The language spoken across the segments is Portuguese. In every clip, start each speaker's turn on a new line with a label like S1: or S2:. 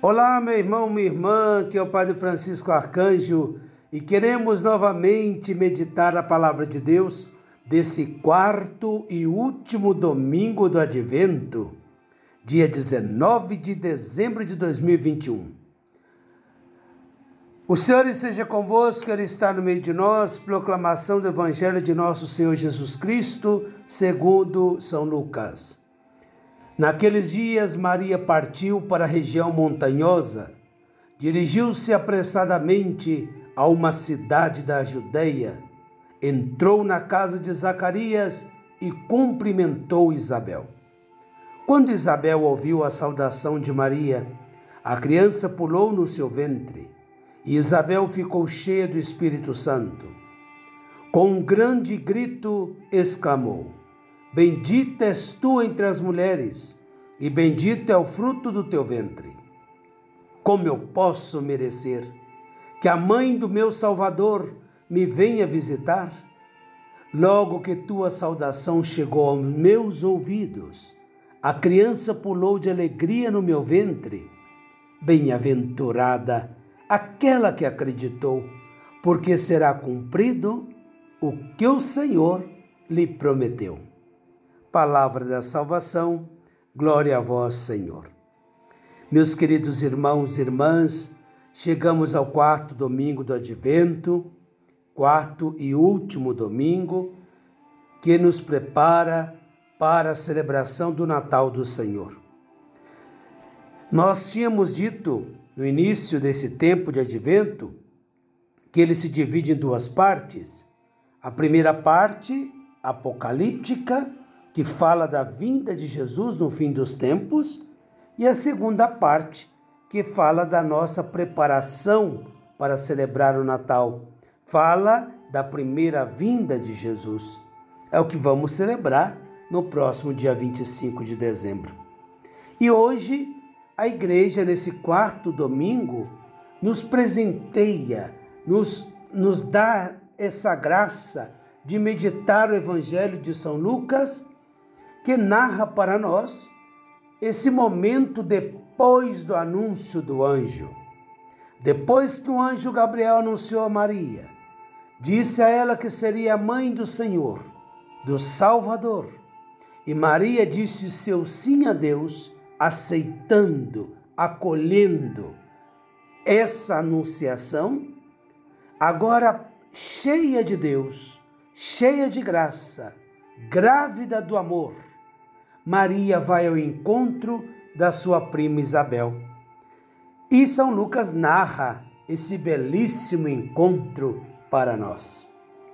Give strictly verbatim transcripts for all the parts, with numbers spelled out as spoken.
S1: Olá, meu irmão, minha irmã, que é o Padre Francisco Arcanjo, e queremos novamente meditar a palavra de Deus desse quarto e último domingo do Advento, dia dezenove de dezembro de dois mil e vinte e um. O Senhor esteja convosco, Ele está no meio de nós. Proclamação do Evangelho de nosso Senhor Jesus Cristo, segundo São Lucas. Naqueles dias, Maria partiu para a região montanhosa, dirigiu-se apressadamente a uma cidade da Judeia, entrou na casa de Zacarias e cumprimentou Isabel. Quando Isabel ouviu a saudação de Maria, a criança pulou no seu ventre, e Isabel ficou cheia do Espírito Santo. Com um grande grito, exclamou: Bendita és tu entre as mulheres, e bendito é o fruto do teu ventre. Como eu posso merecer que a mãe do meu Salvador me venha visitar? Logo que tua saudação chegou aos meus ouvidos, a criança pulou de alegria no meu ventre. Bem-aventurada aquela que acreditou, porque será cumprido o que o Senhor lhe prometeu. Palavra da salvação, glória a vós, Senhor. Meus queridos irmãos e irmãs, chegamos ao quarto domingo do Advento, quarto e último domingo, que nos prepara para a celebração do Natal do Senhor. Nós tínhamos dito no início desse tempo de Advento que ele se divide em duas partes. A primeira parte, apocalíptica, que fala da vinda de Jesus no fim dos tempos, e a segunda parte, que fala da nossa preparação para celebrar o Natal. Fala da primeira vinda de Jesus. É o que vamos celebrar no próximo dia vinte e cinco de dezembro. E hoje, a igreja, nesse quarto domingo, nos presenteia, nos, nos dá essa graça de meditar o Evangelho de São Lucas, que narra para nós esse momento depois do anúncio do anjo. Depois que o anjo Gabriel anunciou a Maria, disse a ela que seria a mãe do Senhor, do Salvador, e Maria disse seu sim a Deus, aceitando, acolhendo essa anunciação. Agora, cheia de Deus, cheia de graça, grávida do amor, Maria vai ao encontro da sua prima Isabel. E São Lucas narra esse belíssimo encontro para nós.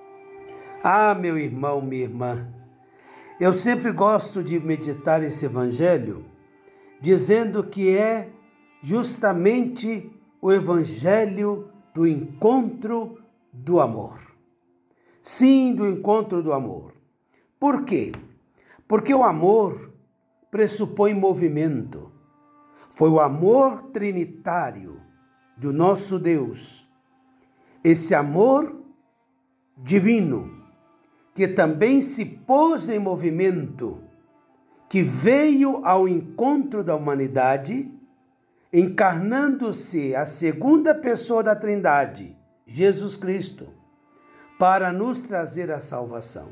S1: Ah, meu irmão, minha irmã, eu sempre gosto de meditar esse evangelho dizendo que é justamente o evangelho do encontro do amor. Sim, do encontro do amor. Por quê? Porque o amor pressupõe movimento. Foi o amor trinitário do nosso Deus, esse amor divino, que também se pôs em movimento, que veio ao encontro da humanidade, encarnando-se a segunda pessoa da Trindade, Jesus Cristo, para nos trazer a salvação.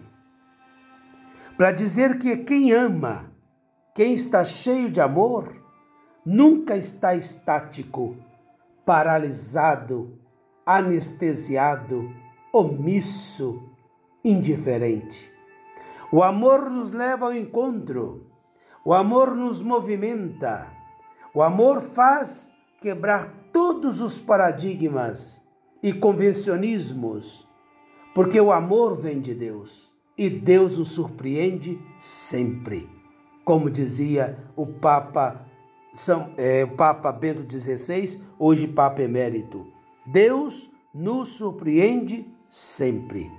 S1: Para dizer que quem ama, quem está cheio de amor, nunca está estático, paralisado, anestesiado, omisso, indiferente. O amor nos leva ao encontro, o amor nos movimenta, o amor faz quebrar todos os paradigmas e convencionismos, porque o amor vem de Deus e Deus nos surpreende sempre. Como dizia o Papa, São, é, o Papa Bento dezesseis, hoje Papa Emérito, Deus nos surpreende sempre.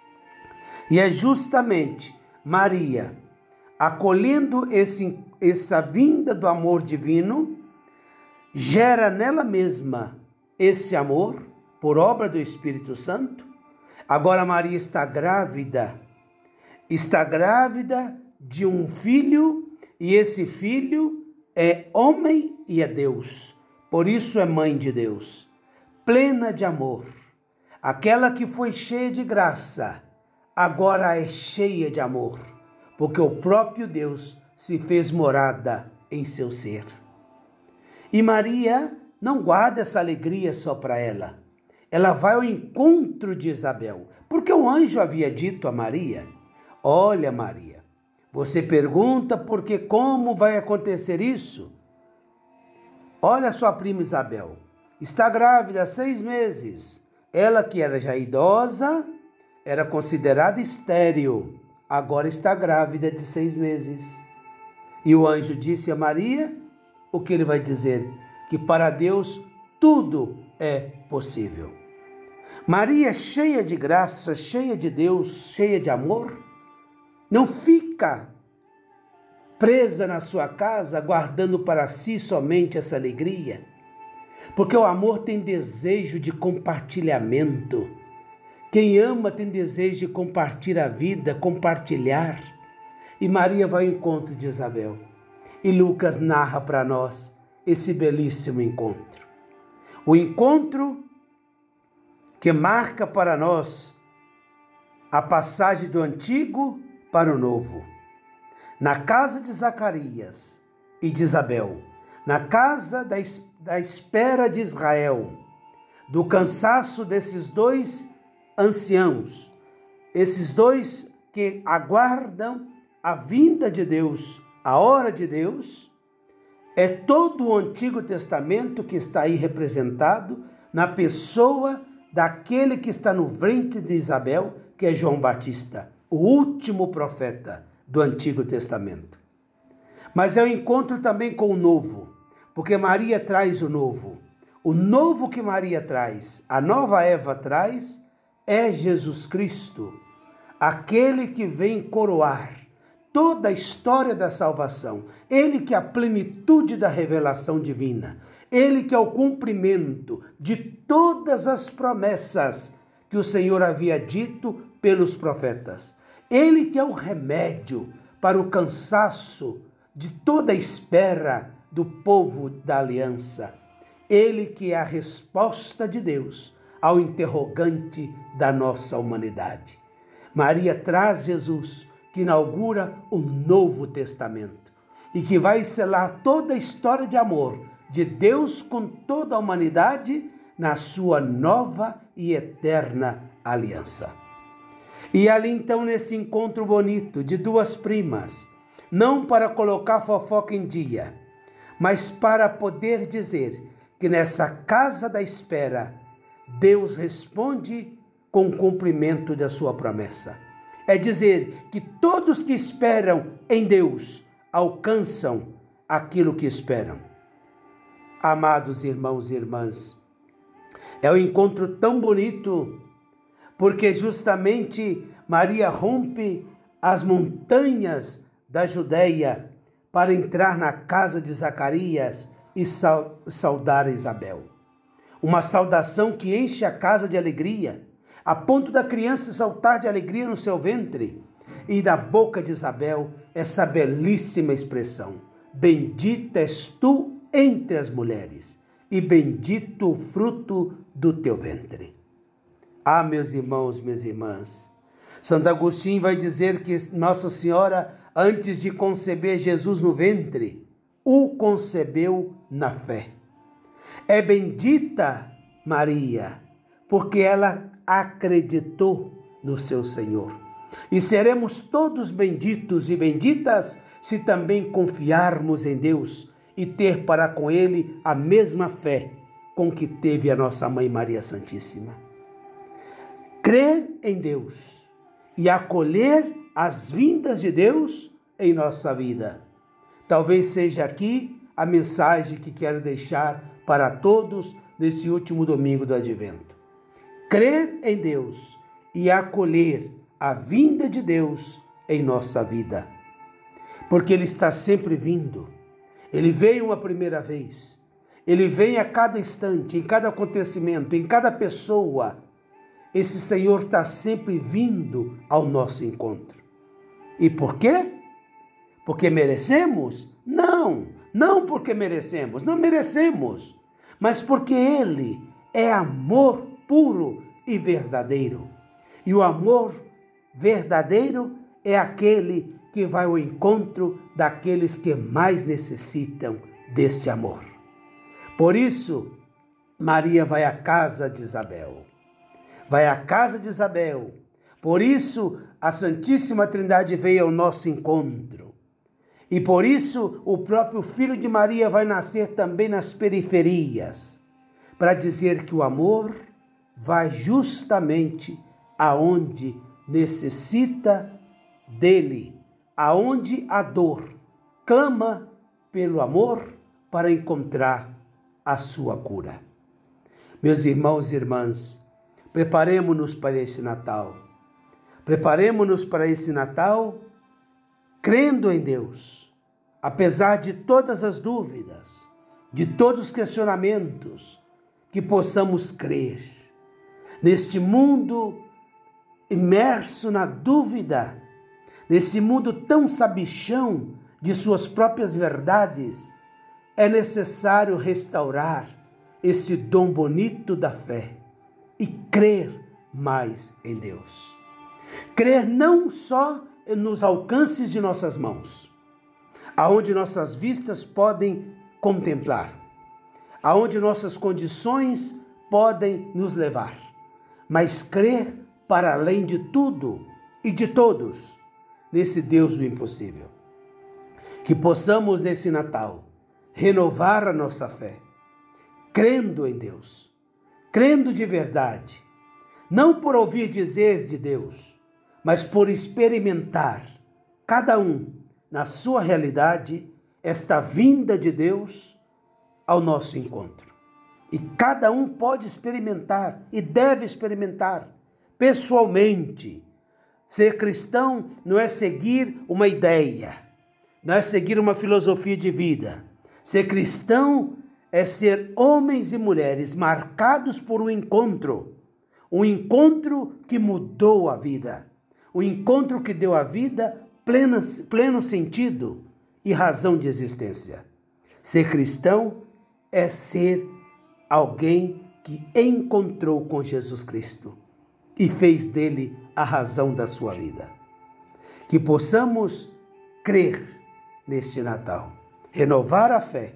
S1: E é justamente Maria, acolhendo esse, essa vinda do amor divino, gera nela mesma esse amor, por obra do Espírito Santo. Agora Maria está grávida, está grávida de um filho, e esse filho é homem e é Deus. Por isso é mãe de Deus, plena de amor. Aquela que foi cheia de graça, agora é cheia de amor, porque o próprio Deus se fez morada em seu ser. E Maria não guarda essa alegria só para ela. Ela vai ao encontro de Isabel, porque o anjo havia dito a Maria: olha, Maria, você pergunta porque como vai acontecer isso? Olha sua prima Isabel, está grávida há seis meses. Ela que era já idosa, era considerada estéril, agora está grávida de seis meses. E o anjo disse a Maria o que ele vai dizer: que para Deus tudo é possível. Maria, cheia de graça, cheia de Deus, cheia de amor, não fica presa na sua casa, guardando para si somente essa alegria, porque o amor tem desejo de compartilhamento. Quem ama tem desejo de compartilhar a vida, compartilhar. E Maria vai ao encontro de Isabel. E Lucas narra para nós esse belíssimo encontro. O encontro que marca para nós a passagem do antigo para o novo. Na casa de Zacarias e de Isabel, na casa da, da espera de Israel, do cansaço desses dois anciãos, esses dois que aguardam a vinda de Deus, a hora de Deus, é todo o Antigo Testamento que está aí representado na pessoa daquele que está no ventre de Isabel, que é João Batista, o último profeta do Antigo Testamento. Mas é o encontro também com o novo, porque Maria traz o novo. O novo que Maria traz, a nova Eva traz, é Jesus Cristo, aquele que vem coroar toda a história da salvação. Ele que é a plenitude da revelação divina. Ele que é o cumprimento de todas as promessas que o Senhor havia dito pelos profetas. Ele que é o remédio para o cansaço de toda a espera do povo da aliança. Ele que é a resposta de Deus ao interrogante da nossa humanidade. Maria traz Jesus, que inaugura o Novo Testamento e que vai selar toda a história de amor de Deus com toda a humanidade na sua nova e eterna aliança. E ali então, nesse encontro bonito de duas primas, não para colocar fofoca em dia, mas para poder dizer que nessa casa da espera, Deus responde com o cumprimento da sua promessa. É dizer que todos que esperam em Deus alcançam aquilo que esperam. Amados irmãos e irmãs, é um encontro tão bonito, porque justamente Maria rompe as montanhas da Judéia para entrar na casa de Zacarias e saudar Isabel. Uma saudação que enche a casa de alegria, a ponto da criança saltar de alegria no seu ventre, e da boca de Isabel essa belíssima expressão: bendita és tu entre as mulheres, e bendito o fruto do teu ventre. Ah, meus irmãos, minhas irmãs, Santo Agostinho vai dizer que Nossa Senhora, antes de conceber Jesus no ventre, o concebeu na fé. É bendita Maria, porque ela acreditou no seu Senhor. E seremos todos benditos e benditas se também confiarmos em Deus e ter para com Ele a mesma fé com que teve a nossa Mãe Maria Santíssima. Crer em Deus e acolher as vindas de Deus em nossa vida. Talvez seja aqui a mensagem que quero deixar para todos nesse último domingo do Advento. Crer em Deus e acolher a vinda de Deus em nossa vida. Porque Ele está sempre vindo. Ele veio uma primeira vez. Ele vem a cada instante, em cada acontecimento, em cada pessoa. Esse Senhor está sempre vindo ao nosso encontro. E por quê? Porque merecemos? Não, não porque merecemos, não merecemos. mas porque Ele é amor puro e verdadeiro. E o amor verdadeiro é aquele que vai ao encontro daqueles que mais necessitam deste amor. Por isso, Maria vai à casa de Isabel. Vai à casa de Isabel. Por isso, a Santíssima Trindade veio ao nosso encontro. E por isso, o próprio Filho de Maria vai nascer também nas periferias, para dizer que o amor vai justamente aonde necessita dele, aonde a dor clama pelo amor para encontrar a sua cura. Meus irmãos e irmãs, preparemo-nos para esse Natal. Preparemo-nos para esse Natal crendo em Deus, apesar de todas as dúvidas, de todos os questionamentos, que possamos crer. Neste mundo imerso na dúvida, nesse mundo tão sabichão de suas próprias verdades, é necessário restaurar esse dom bonito da fé e crer mais em Deus. Crer não só nos alcances de nossas mãos, aonde nossas vistas podem contemplar, aonde nossas condições podem nos levar, mas crer para além de tudo e de todos nesse Deus do impossível. Que possamos nesse Natal renovar a nossa fé, crendo em Deus, crendo de verdade, não por ouvir dizer de Deus, mas por experimentar, cada um, na sua realidade, esta vinda de Deus ao nosso encontro. E cada um pode experimentar e deve experimentar pessoalmente. Ser cristão não é seguir uma ideia, não é seguir uma filosofia de vida. Ser cristão é ser homens e mulheres marcados por um encontro, um encontro que mudou a vida, um encontro que deu à vida pleno, pleno sentido e razão de existência. Ser cristão é ser alguém que encontrou com Jesus Cristo e fez dele a razão da sua vida. Que possamos crer neste Natal, renovar a fé,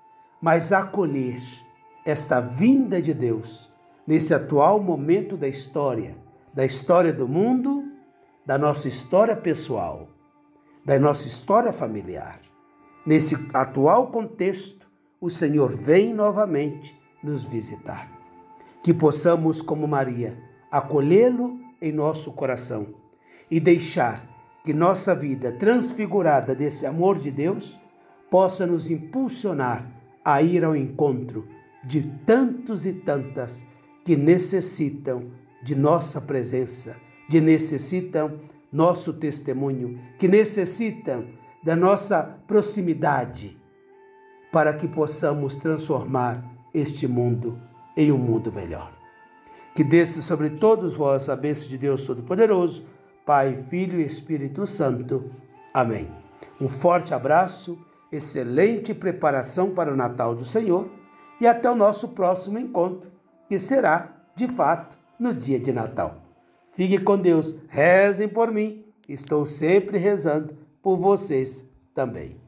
S1: mas acolher esta vinda de Deus nesse atual momento da história, da história do mundo, da nossa história pessoal, da nossa história familiar. Nesse atual contexto, o Senhor vem novamente nos visitar. Que possamos, como Maria, acolhê-lo em nosso coração e deixar que nossa vida transfigurada desse amor de Deus possa nos impulsionar a ir ao encontro de tantos e tantas que necessitam de nossa presença, que necessitam nosso testemunho, que necessitam da nossa proximidade, para que possamos transformar este mundo em um mundo melhor. Que desça sobre todos vós a bênção de Deus Todo-Poderoso, Pai, Filho e Espírito Santo. Amém. Um forte abraço, excelente preparação para o Natal do Senhor e até o nosso próximo encontro, que será, de fato, no dia de Natal. Fiquem com Deus, rezem por mim, estou sempre rezando por vocês também.